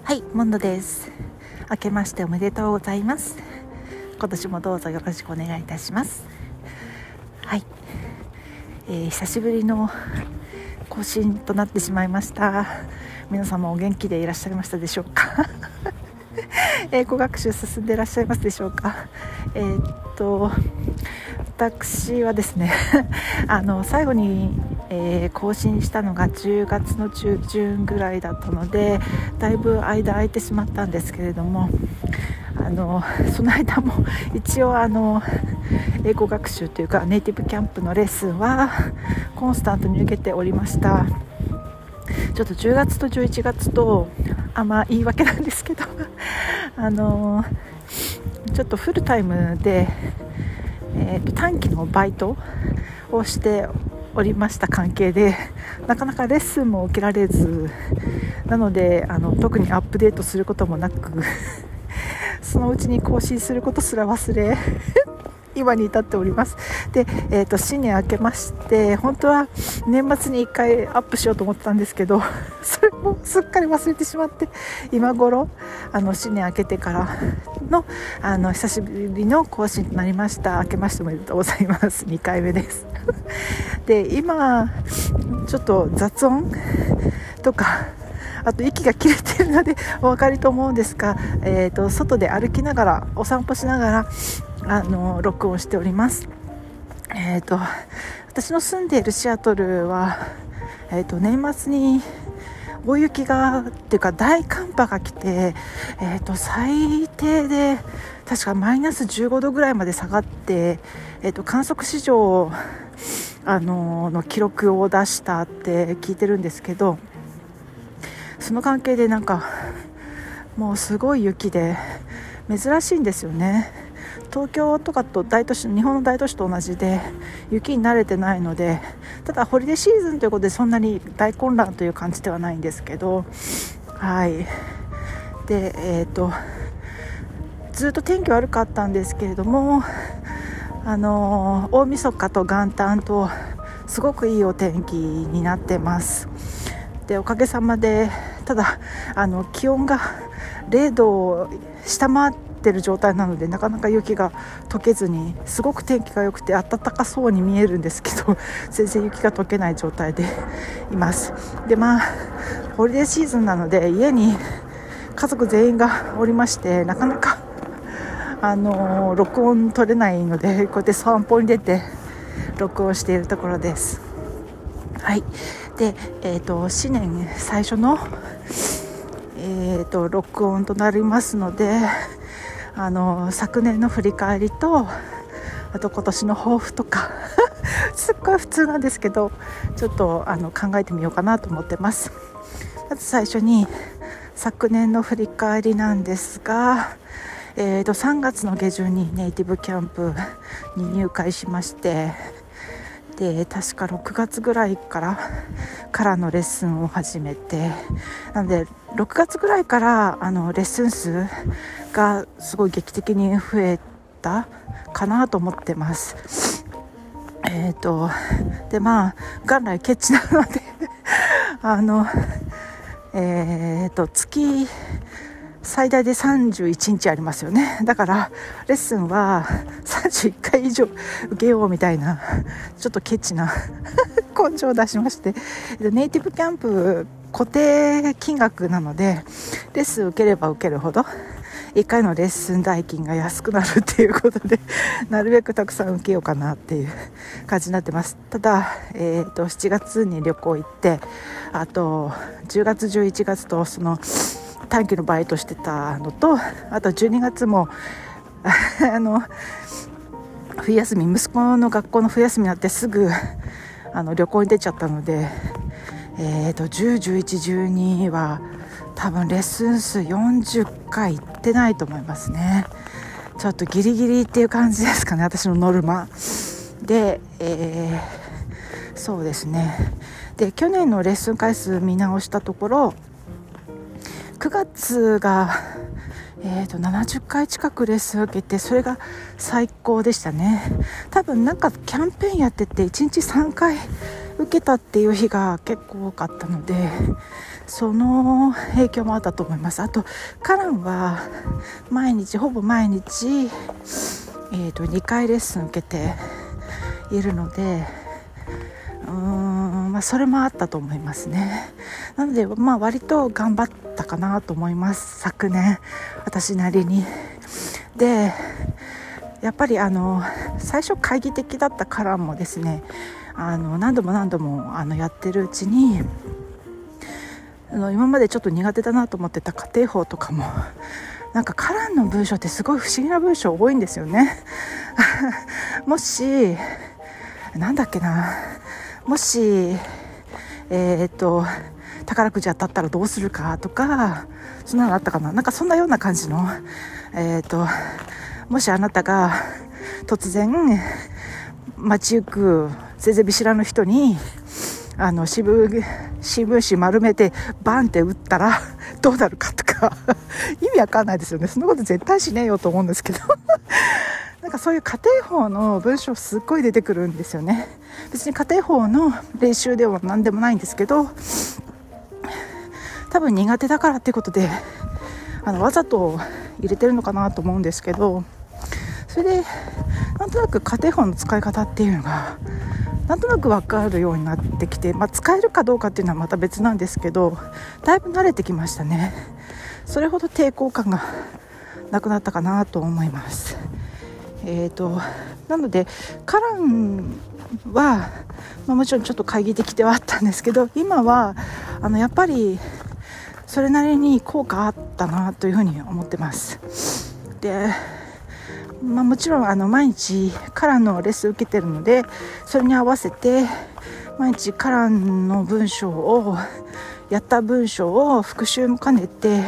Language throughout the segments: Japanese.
はい、モンドです。明けましておめでとうございます。今年もどうぞよろしくお願いいたします。はい、久しぶりの更新となってしまいました。皆様お元気でいらっしゃいましたでしょうか英語学習進んでいらっしゃいますでしょうか。私はですね最後に、更新したのが10月の中旬ぐらいだったので、だいぶ間空いてしまったんですけれども、その間も一応英語学習というかネイティブキャンプのレッスンはコンスタントに受けておりました。ちょっと10月と11月と言い訳なんですけどちょっとフルタイムで、短期のバイトをしておりました関係で、なかなかレッスンも受けられず、なので特にアップデートすることもなくそのうちに更新することすら忘れ今に至っております。で、新年明けまして、本当は年末に1回アップしようと思ってたんですけど、それもすっかり忘れてしまって、今頃新年明けてからの久しぶりの更新となりました。明けましておめでとうございます。2回目ですで、今ちょっと雑音とか、あと息が切れているのでお分かりと思うんですが、外で歩きながら、お散歩しながら録音しております。私の住んでいるシアトルは、年末に大雪がっていうか大寒波が来て、最低で確かマイナス15度ぐらいまで下がって、観測史上の記録を出したって聞いてるんですけど、その関係でもうすごい雪で珍しいんですよね。東京とかと大都市、日本の大都市と同じで雪に慣れてないので、ただホリデーシーズンということでそんなに大混乱という感じではないんですけど、はいで、ずっと天気悪かったんですけれども、大晦日と元旦とすごくいいお天気になってます。で、おかげさまで、ただ気温が0度を下回ってる状態なので、なかなか雪が溶けずに、すごく天気が良くて暖かそうに見えるんですけど、全然雪が溶けない状態でいます。で、ホリデーシーズンなので家に家族全員がおりまして、なかなか録音取れないので、こうやって散歩に出て録音しているところです。はい。で、新年最初の、録音となりますので、昨年の振り返りと、あと今年の抱負とかすっごい普通なんですけど、ちょっと考えてみようかなと思ってます。まず最初に昨年の振り返りなんですが、3月の下旬にネイティブキャンプに入会しまして、で確か6月ぐらいからのレッスンを始めて、なので6月ぐらいからレッスン数がすごい劇的に増えたかなと思ってます。で元来ケチなので月最大で31日ありますよね。だからレッスンは31回以上受けようみたいな、ちょっとケチな根性を出しまして、ネイティブキャンプ固定金額なので、レッスン受ければ受けるほど1回のレッスン代金が安くなるっていうことで、なるべくたくさん受けようかなっていう感じになってます。ただ、7月に旅行行って、あと10月11月とその短期のバイトしてたのと、あと12月も冬休み、息子の学校の冬休みになってすぐ旅行に出ちゃったので、10、11、12は多分レッスン数40回行ってないと思いますね。ちょっとギリギリっていう感じですかね、私のノルマで。そうですね。で、去年のレッスン回数見直したところ、9月が、70回近くレッスン受けて、それが最高でしたね。多分キャンペーンやってて1日3回受けたっていう日が結構多かったので、 その影響もあったと思います。あとカランはほぼ毎日、2回レッスン受けているので、それもあったと思いますね。なので、割と頑張ったかなと思います、昨年私なりに。でやっぱり最初懐疑的だったカランもですね、何度もやってるうちに今までちょっと苦手だなと思ってた家庭法とかもなんかカランの文章ってすごい不思議な文章多いんですよねもし宝くじ当たったらどうするかとか、そんなのあったかな、なんかそんなような感じの、もしあなたが突然街行く全然見知らぬ人に新聞紙丸めてバンって打ったらどうなるかとか意味わかんないですよね。そんなこと絶対しねえよと思うんですけどなんかそういう家庭法の文章すっごい出てくるんですよね。別に家庭法の練習では何でもないんですけど、多分苦手だからっていうことでわざと入れてるのかなと思うんですけど、それでなんとなく家庭法の使い方っていうのがなんとなく分かるようになってきて、使えるかどうかっていうのはまた別なんですけど、だいぶ慣れてきましたね。それほど抵抗感がなくなったかなと思います。なのでカランは、もちろんちょっと懐疑的ではあったんですけど、今はやっぱりそれなりに効果あったなというふうに思ってます。でもちろん毎日カランのレッスン受けてるので、それに合わせて毎日カランのやった文章を復習も兼ねて、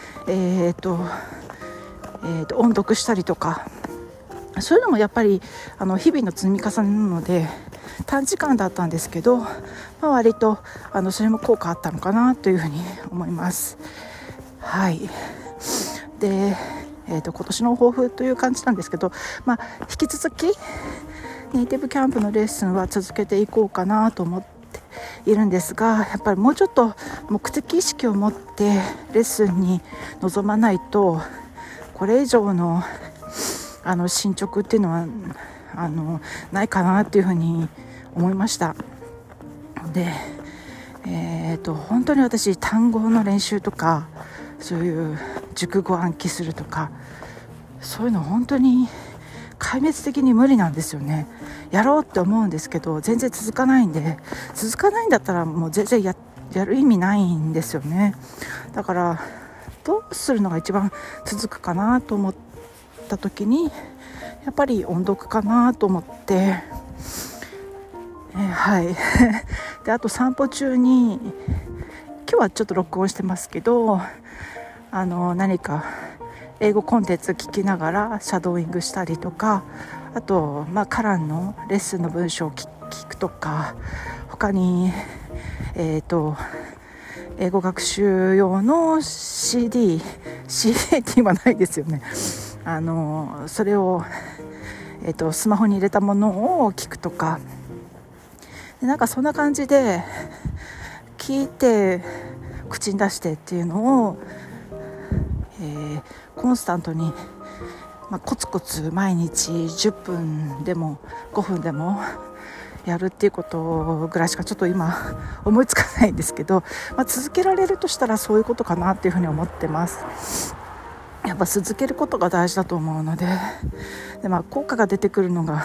音読したりとか、そういうのもやっぱり日々の積み重ねなので短時間だったんですけど、割とそれも効果あったのかなというふうに思います。はい。で今年の抱負という感じなんですけど、引き続きネイティブキャンプのレッスンは続けていこうかなと思っているんですが、やっぱりもうちょっと目的意識を持ってレッスンに臨まないと、これ以上の進捗っていうのはないかなというふうに思いました。で、本当に私単語の練習とかそういう熟語暗記するとか、そういうの本当に壊滅的に無理なんですよね。やろうって思うんですけど全然続かないんだったらもう全然 やる意味ないんですよね。だからどうするのが一番続くかなと思った時に、やっぱり音読かなと思って、はいであと散歩中に、今日はちょっと録音してますけど、何か英語コンテンツ聞きながらシャドーイングしたりとか、あと、カランのレッスンの文章を聞くとか、他に英語学習用の CD って今ないですよね。それを、スマホに入れたものを聞くとかで、なんかそんな感じで聞いて口に出してっていうのを、コンスタントに、コツコツ毎日10分でも5分でもやるっていうことぐらいしかちょっと今思いつかないんですけど、続けられるとしたらそういうことかなっていうふうに思ってます。やっぱ続けることが大事だと思うので、効果が出てくるのが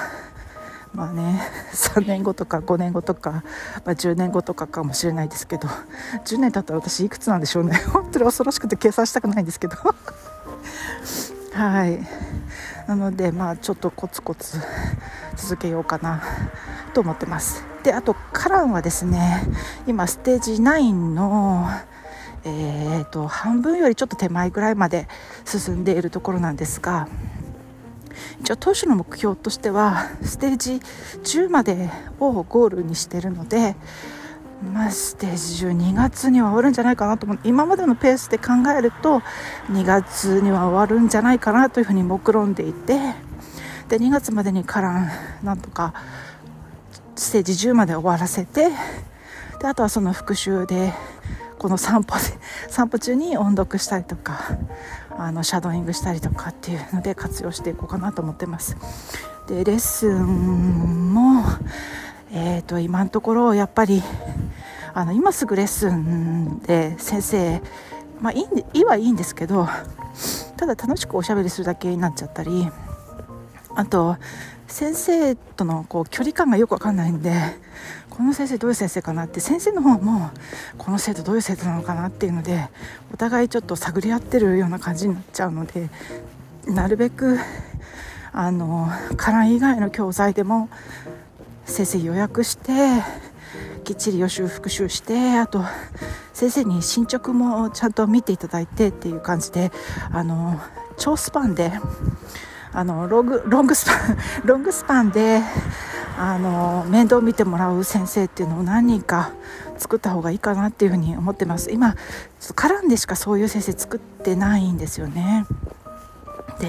3年後とか5年後とか、10年後とかかもしれないですけど、10年経ったら私いくつなんでしょうね。本当に恐ろしくて計算したくないんですけどはい。なのでちょっとコツコツ続けようかなと思ってます。であとカランはですね、今ステージ9の半分よりちょっと手前ぐらいまで進んでいるところなんですが、一応当初の目標としてはステージ10までをゴールにしているので、ステージ10 2月には終わるんじゃないかなと思う。今までのペースで考えると2月には終わるんじゃないかなというふうに目論んでいて、で2月までにカランなんとかステージ10まで終わらせて、であとはその復習でこの散歩中に音読したりとかシャドーイングしたりとかっていうので活用していこうかなと思ってます。でレッスンも、今のところやっぱり今すぐレッスンで先生、いいはいいんですけど、ただ楽しくおしゃべりするだけになっちゃったり、あと先生との距離感がよく分かんないんで、この先生どういう先生かなって、先生の方もこの生徒どういう生徒なのかなっていうのでお互いちょっと探り合ってるような感じになっちゃうので、なるべくカラン以外の教材でも先生予約してきっちり予習復習して、あと先生に進捗もちゃんと見ていただいてっていう感じで超スパンでロングスパンで面倒を見てもらう先生っていうのを何人か作った方がいいかなっていうふうに思ってます。今カランでしかそういう先生作ってないんですよね。で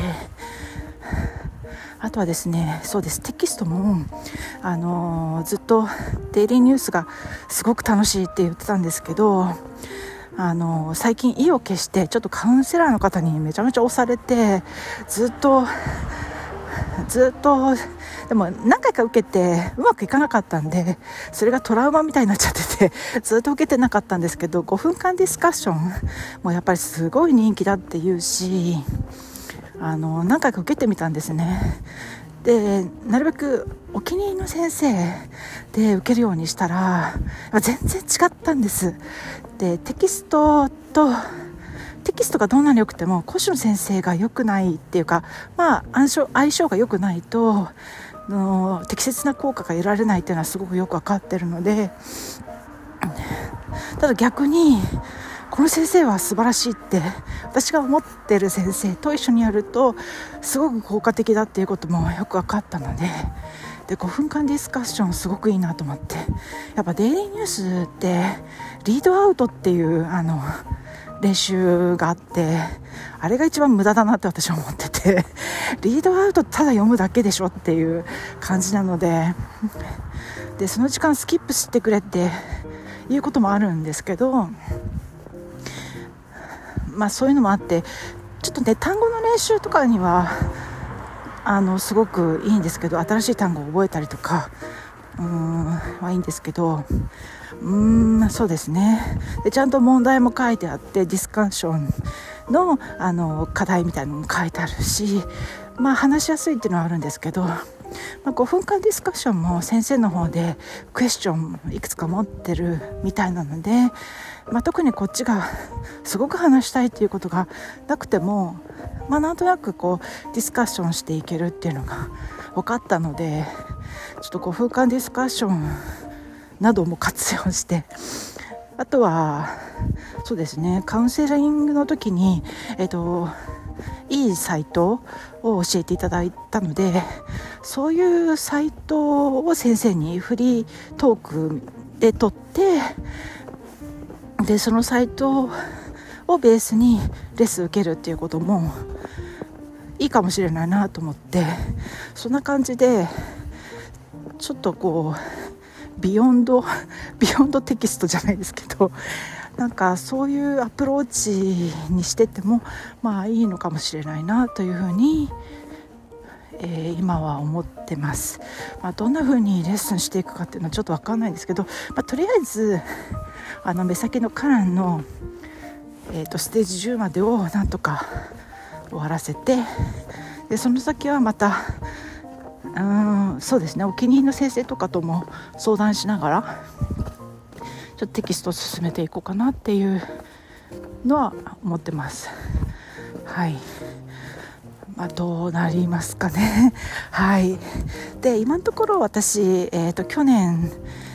あとはですね、そうです、テキストもずっとデイリーニュースがすごく楽しいって言ってたんですけど、最近意を決してちょっとカウンセラーの方にめちゃめちゃ押されて、ずっとでも何回か受けてうまくいかなかったんで、それがトラウマみたいになっちゃっててずっと受けてなかったんですけど、5分間ディスカッションもやっぱりすごい人気だっていうし、何回か受けてみたんですね。でなるべくお気に入りの先生で受けるようにしたら全然違ったんです。でテキストがどんなに良くても講師の先生が良くないっていうか、相性が良くないと適切な効果が得られないっていうのはすごくよく分かってるので、ただ逆にこの先生は素晴らしいって私が思ってる先生と一緒にやるとすごく効果的だっていうこともよく分かったので、5分間ディスカッションすごくいいなと思って、やっぱデイリーニュースってリードアウトっていう練習があって、あれが一番無駄だなって私は思ってて、リードアウトただ読むだけでしょっていう感じなので、その時間スキップしてくれっていうこともあるんですけど、そういうのもあってちょっとね、単語の練習とかにはすごくいいんですけど、新しい単語を覚えたりとかはいいんですけど、そうですね。でちゃんと問題も書いてあって、ディスカッションの課題みたいなのも書いてあるし、話しやすいっていうのはあるんですけど、5分間ディスカッションも先生の方でクエスチョンいくつか持ってるみたいなので、特にこっちがすごく話したいっていうことがなくても、なんとなくディスカッションしていけるっていうのが分かったので、ちょっと5分間ディスカッションなども活用して、あとはそうですね、カウンセリングの時にいいサイトを教えていただいたので、そういうサイトを先生にフリートークで撮って、でそのサイトをベースにレッスン受けるっていうこともいいかもしれないなと思って、そんな感じでちょっとビヨンドテキストじゃないですけど、なんかそういうアプローチにしてってもいいのかもしれないなというふうに、今は思ってます。どんなふうにレッスンしていくかっていうのはちょっと分かんないんですけど、とりあえず目先のカランの、ステージ10までをなんとか終わらせて、でその先はまたそうですね、お気に入りの先生とかとも相談しながらちょっとテキストを進めていこうかなっていうのは思ってます。はい、どうなりますかね。はい。で今のところ私、去年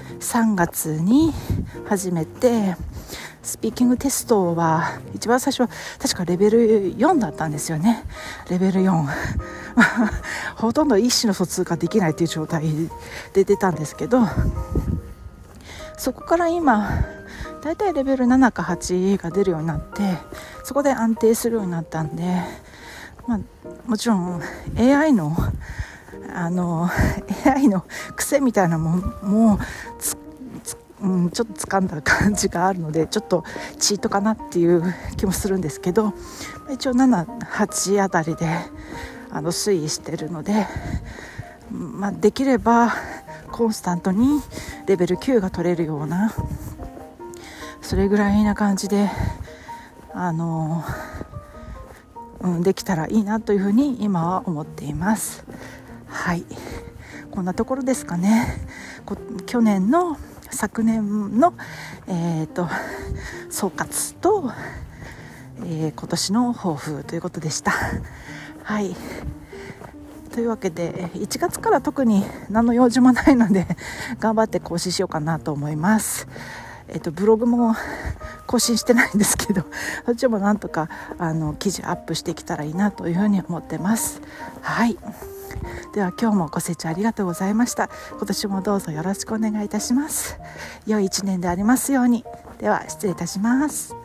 3月に始めて、スピーキングテストは一番最初は確かレベル4だったんですよね。レベル4ほとんど意思の疎通ができないという状態で出たんですけど、そこから今だいたいレベル7か8が出るようになって、そこで安定するようになったんで、もちろん AI のちょっと掴んだ感じがあるので、ちょっとチートかなっていう気もするんですけど、一応7、8あたりで推移しているので、できればコンスタントにレベル9が取れるような、それぐらいな感じでできたらいいなというふうに今は思っています。はい、こんなところですかね。昨年の、総括と、今年の抱負ということでした。はい、というわけで1月から特に何の用事もないので頑張って更新しようかなと思います。ブログも更新してないんですけど、そっちもなんとか記事アップしてきたらいいなというふうに思ってます。はい、では今日もご清聴ありがとうございました。今年もどうぞよろしくお願いいたします。良い一年でありますように。では失礼いたします。